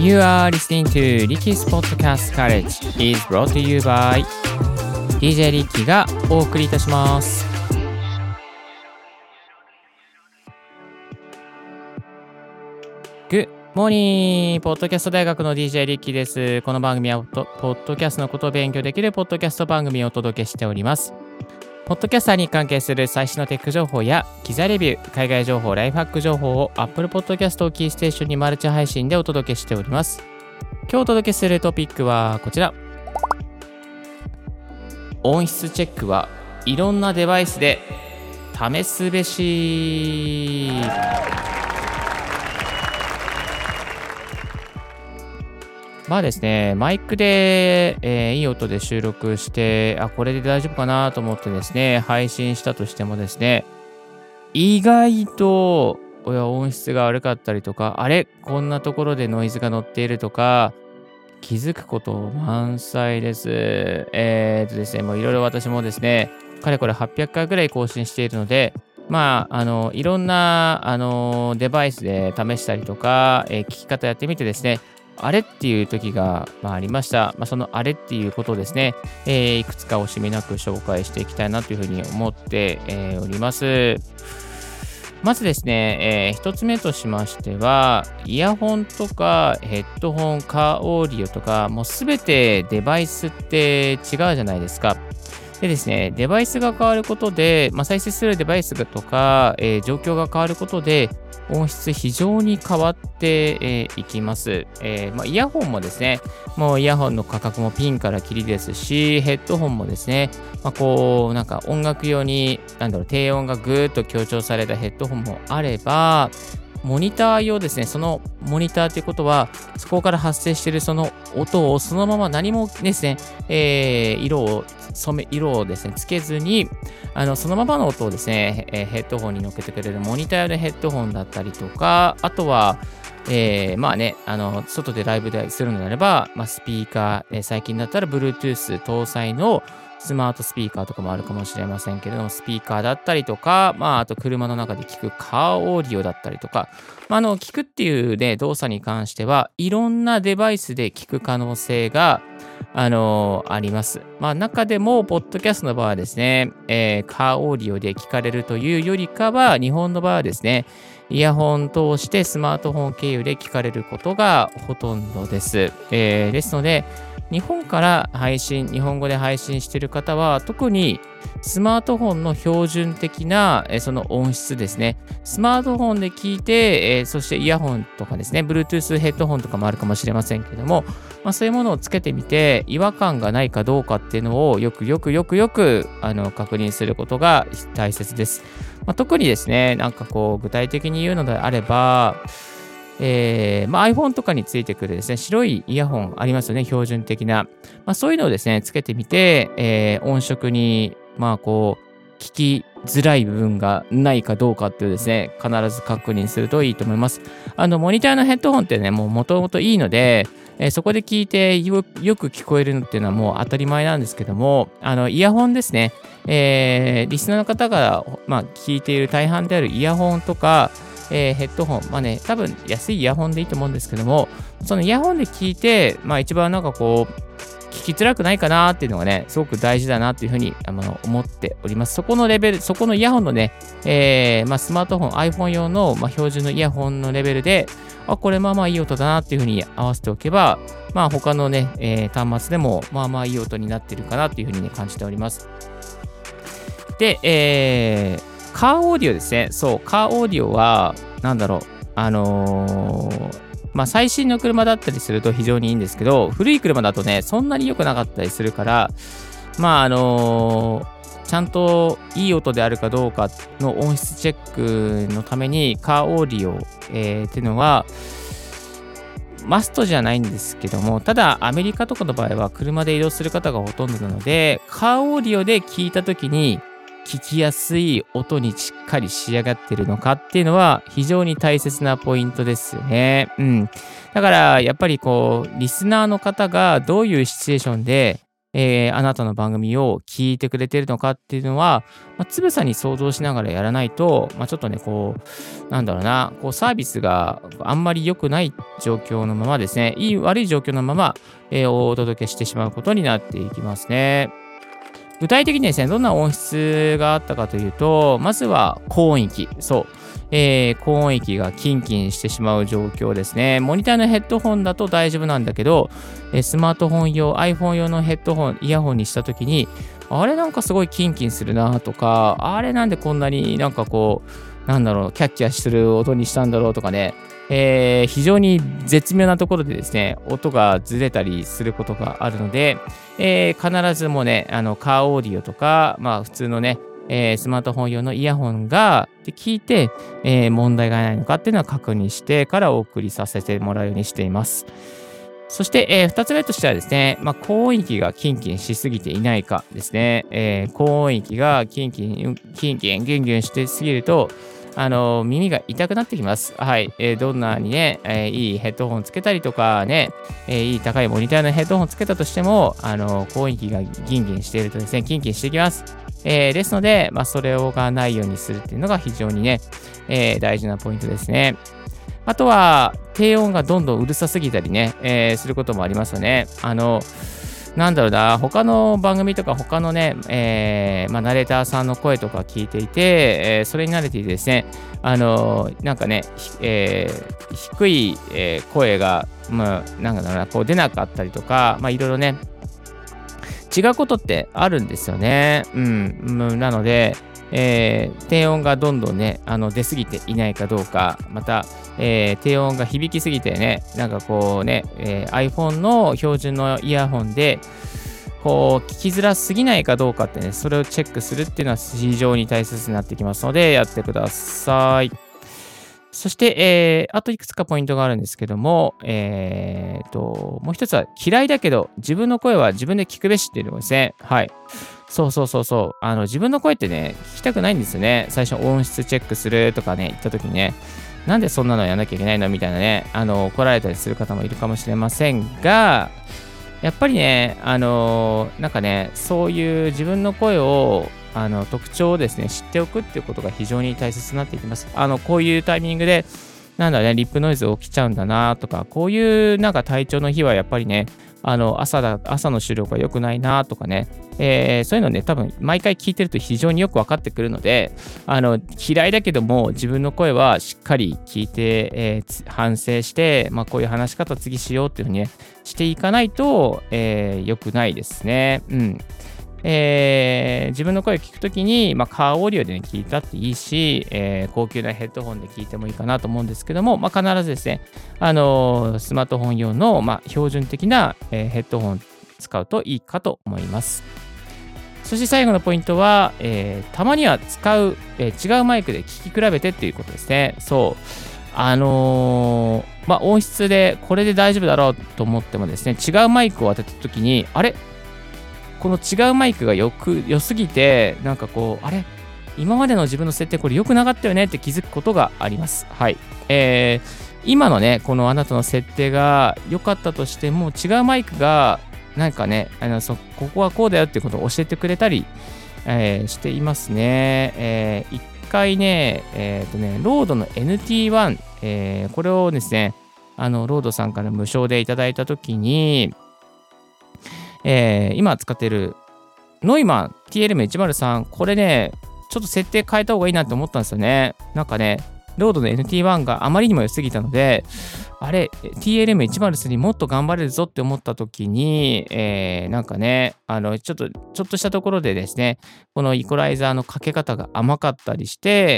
You are listening to Ricky's Podcast College is brought to you by DJ リッキーがお送りいたします。Good morning! ポッドキャスト大学の DJ リッキーです。この番組はポッドキャストのことを勉強できるポッドキャスト番組をお届けしております。ポッドキャスターに関係する最新のテック情報や機材レビュー、海外情報、ライフハック情報を Apple Podcast をキーステーションにマルチ配信でお届けしております。今日お届けするトピックはこちら。音質チェックはいろんなデバイスで試すべし。まあですね、マイクで、いい音で収録して、これで大丈夫かなと思ってですね、配信したとしてもですね、意外と音質が悪かったりとか、こんなところでノイズが乗っているとか、気づくこと満載です。ですね、もういろいろ私もですね、かれこれ800回ぐらい更新しているので、いろんな、デバイスで試したりとか、聞き方やってみてですね、っていう時が、ありました。そのっていうことをですね、いくつか惜しみなく紹介していきたいなというふうに思って、おります。まずですね、一つ目としましては、イヤホンとかヘッドホン、カーオーディオとか、もうすべてデバイスって違うじゃないですか。でですね、デバイスが変わることで、再生するデバイスとか、状況が変わることで、音質非常に変わっていきます。イヤホンもですね、もうイヤホンの価格もピンからキリですし、ヘッドホンもですね、音楽用に、低音がぐーっと強調されたヘッドホンもあれば、モニター用ですね、そのモニターということは、そこから発生しているその音をそのまま何もですね、色をですね、つけずに、そのままの音をですね、ヘッドホンに乗っけてくれるモニター用のヘッドホンだったりとか、あとは、外でライブでするのであれば、スピーカー、最近だったら Bluetooth 搭載のスマートスピーカーとかもあるかもしれませんけれども、スピーカーだったりとか、あと車の中で聞くカーオーディオだったりとか、聞くっていうね、動作に関しては、いろんなデバイスで聞く可能性が、あります。中でも、ポッドキャストの場合はですね、カーオーディオで聞かれるというよりかは、日本の場合はですね、イヤホン通してスマートフォン経由で聞かれることがほとんどです。ですので、日本から日本語で配信している方は、特にスマートフォンの標準的なその音質ですね。スマートフォンで聞いて、そしてイヤホンとかですね、Bluetooth ヘッドホンとかもあるかもしれませんけども、そういうものをつけてみて、違和感がないかどうかっていうのをよく確認することが大切です。特にですね、具体的に言うのであれば、iPhone とかについてくるですね、白いイヤホンありますよね、標準的な。そういうのをですね、つけてみて、音色に、聞きづらい部分がないかどうかっていうですね、必ず確認するといいと思います。モニターのヘッドホンってね、もともといいので、そこで聞いてよく聞こえるのっていうのはもう当たり前なんですけども、イヤホンですね、リスナーの方が、聞いている大半であるイヤホンとか、ヘッドホン、多分安いイヤホンでいいと思うんですけども、そのイヤホンで聞いて、一番聞きづらくないかなっていうのがね、すごく大事だなっていうふうに思っております。そこのレベル、そこのイヤホンのね、スマートフォン、iPhone 用の、標準のイヤホンのレベルで、これいい音だなっていうふうに合わせておけば、他のね、端末でもいい音になってるかなっていうふうにね、感じております。で、カーオーディオですね。そう、カーオーディオは、最新の車だったりすると非常にいいんですけど、古い車だとね、そんなに良くなかったりするから、ちゃんといい音であるかどうかの音質チェックのために、カーオーディオ、っていうのは、マストじゃないんですけども、ただアメリカとかの場合は車で移動する方がほとんどなので、カーオーディオで聞いたときに、聞きやすい音にしっかり仕上がってるのかっていうのは非常に大切なポイントですよね。だからやっぱりリスナーの方がどういうシチュエーションであなたの番組を聞いてくれてるのかっていうのは、つぶさに想像しながらやらないと、ちょっとね、こう、なんだろうな、こうサービスがあんまり良くない状況のままですね、悪い状況のまま、お届けしてしまうことになっていきますね。具体的にですね、どんな音質があったかというと、まずは高音域。そう。高音域がキンキンしてしまう状況ですね。モニターのヘッドホンだと大丈夫なんだけど、スマートフォン用、iPhone 用のヘッドホン、イヤホンにしたときに、あれなんかすごいキンキンするなとか、あれなんでこんなになんかこう、なんだろう、キャッキャする音にしたんだろうとかね、非常に絶妙なところでですね、音がずれたりすることがあるので、必ずもうね、カーオーディオとか、普通のね、スマートフォン用のイヤホンで聞いて、問題がないのかっていうのは確認してからお送りさせてもらうようにしています。そして、2つ目としてはですね、高音域がキンキンしすぎていないかですね。高音域がキンキン、ギュンギュンしてすぎると、耳が痛くなってきます。はい。どんなにね、いいヘッドホンつけたりとかね、いい高いモニターのヘッドホンつけたとしても、高音域がギンギンしているとですね、キンキンしてきます。ですので、それがないようにするっていうのが非常にね、大事なポイントですね。あとは、低音がどんどんうるさすぎたりね、することもありますよね。なんだろうな、他の番組とか他のね、ナレーターさんの声とか聞いていて、それに慣れていてですね、なんかね、低い、声が、なんだろうな、こう出なかったりとか、いろいろね、違うことってあるんですよね。なので、低音がどんどんね、出過ぎていないかどうか、また、低音が響きすぎてね、なんかこうね、iPhone の標準のイヤホンで、こう、聞きづらすぎないかどうかってね、それをチェックするっていうのは非常に大切になってきますので、やってください。そして、あといくつかポイントがあるんですけども、もう一つは嫌いだけど、自分の声は自分で聞くべしっていうのですね。はい。そう。自分の声ってね、聞きたくないんですよね。最初音質チェックするとかね、言った時にね、なんでそんなのやんなきゃいけないのみたいなね、怒られたりする方もいるかもしれませんが、やっぱりね、なんかね、そういう自分の声を、特徴をですね、知っておくっていうことが非常に大切になっていきます。こういうタイミングで、なんだね、リップノイズ起きちゃうんだなとか、こういうなんか体調の日はやっぱりね、朝の収録が良くないなとかね、そういうのね、多分毎回聞いてると非常によく分かってくるので、嫌いだけども自分の声はしっかり聞いて、反省して、こういう話し方次しようっていうふうにね、していかないと、良くないですね。自分の声を聞くときに、カーオーディオで、ね、聞いたっていいし、高級なヘッドホンで聞いてもいいかなと思うんですけども、必ずですね、スマートフォン用の、標準的な、ヘッドホン使うといいかと思います。そして最後のポイントは、たまには使う、違うマイクで聞き比べてっていうことですね。そう。音質でこれで大丈夫だろうと思ってもですね、違うマイクを当てたときに、あれこの違うマイクが良すぎて、なんかこう、あれ今までの自分の設定これ良くなかったよねって気づくことがあります。はい。今のね、このあなたの設定が良かったとしても、違うマイクが、なんかね、ここはこうだよっていうことを教えてくれたり、していますね。一回ね、ロードの NT1、これをですね、ロードさんから無償でいただいたときに、今使っているノイマン TLM103、これね、ちょっと設定変えた方がいいなって思ったんですよね。なんかね、ロードの NT1 があまりにも良すぎたので、あれ、TLM103 もっと頑張れるぞって思った時に、なんかね、ちょっとしたところでですね、このイコライザーのかけ方が甘かったりして、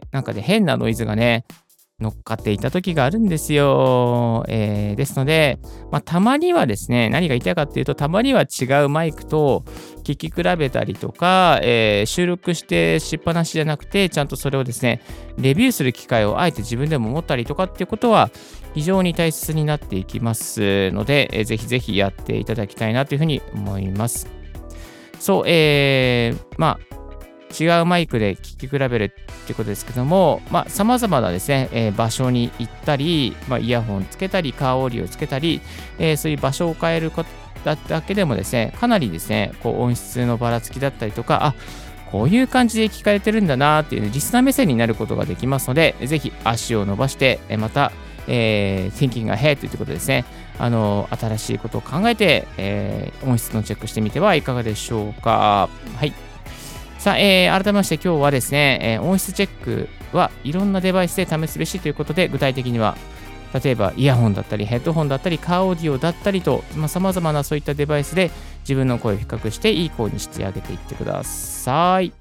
なんかね、変なノイズがね、乗っかっていた時があるんですよ。ですので、たまにはですね、何が言いたいかっていうと、たまには違うマイクと聞き比べたりとか、収録してしっぱなしじゃなくて、ちゃんとそれをですね、レビューする機会をあえて自分でも持ったりとかっていうことは非常に大切になっていきますので、ぜひぜひやっていただきたいなというふうに思います。そう、違うマイクで聞き比べるってことですけども、様々なですね、場所に行ったり、イヤホンつけたり、カーオーディオつけたり、そういう場所を変えるだけでもですね、かなりですね、こう音質のばらつきだったりとか、こういう感じで聞かれてるんだなっていうね、リスナー目線になることができますので、ぜひ足を伸ばして、また、Thinking Ahead ということですね、新しいことを考えて、音質のチェックしてみてはいかがでしょうか。はい。さあ、改めまして今日はですね、音質チェックはいろんなデバイスで試すべしということで、具体的には、例えばイヤホンだったり、ヘッドホンだったり、カーオーディオだったりと、様々なそういったデバイスで自分の声を比較していい声にしてあげていってください。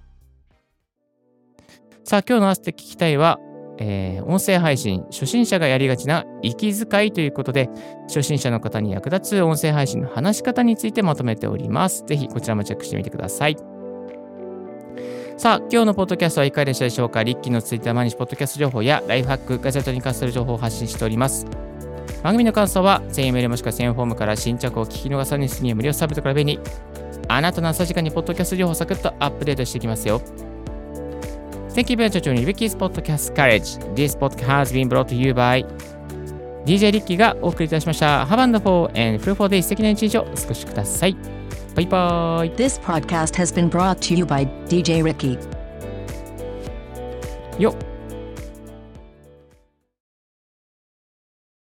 さあ、今日の合わせて聞きたいは、音声配信、初心者がやりがちな息遣いということで、初心者の方に役立つ音声配信の話し方についてまとめております。ぜひこちらもチェックしてみてください。さあ、今日のポッドキャストはいかがでしたでしょうか。リッキーのツイッター毎日ポッドキャスト情報やライフハック、ガジェットに関する情報を発信しております。番組の感想は、専用メールもしくは専用フォームから新着を聞き逃さないに無料サブと比べに、あなたの朝時間にポッドキャスト情報をサクッとアップデートしていきますよ。Thank you very much for joining Ricky's Podcast Courage. This podcast has been brought to you by DJ リッキーがお送りいたしました。Have a wonderful and fruitful day. 素敵な一日をお過ごしください。バイバイ。 This podcast has been brought to you by DJ Ricky. よっ。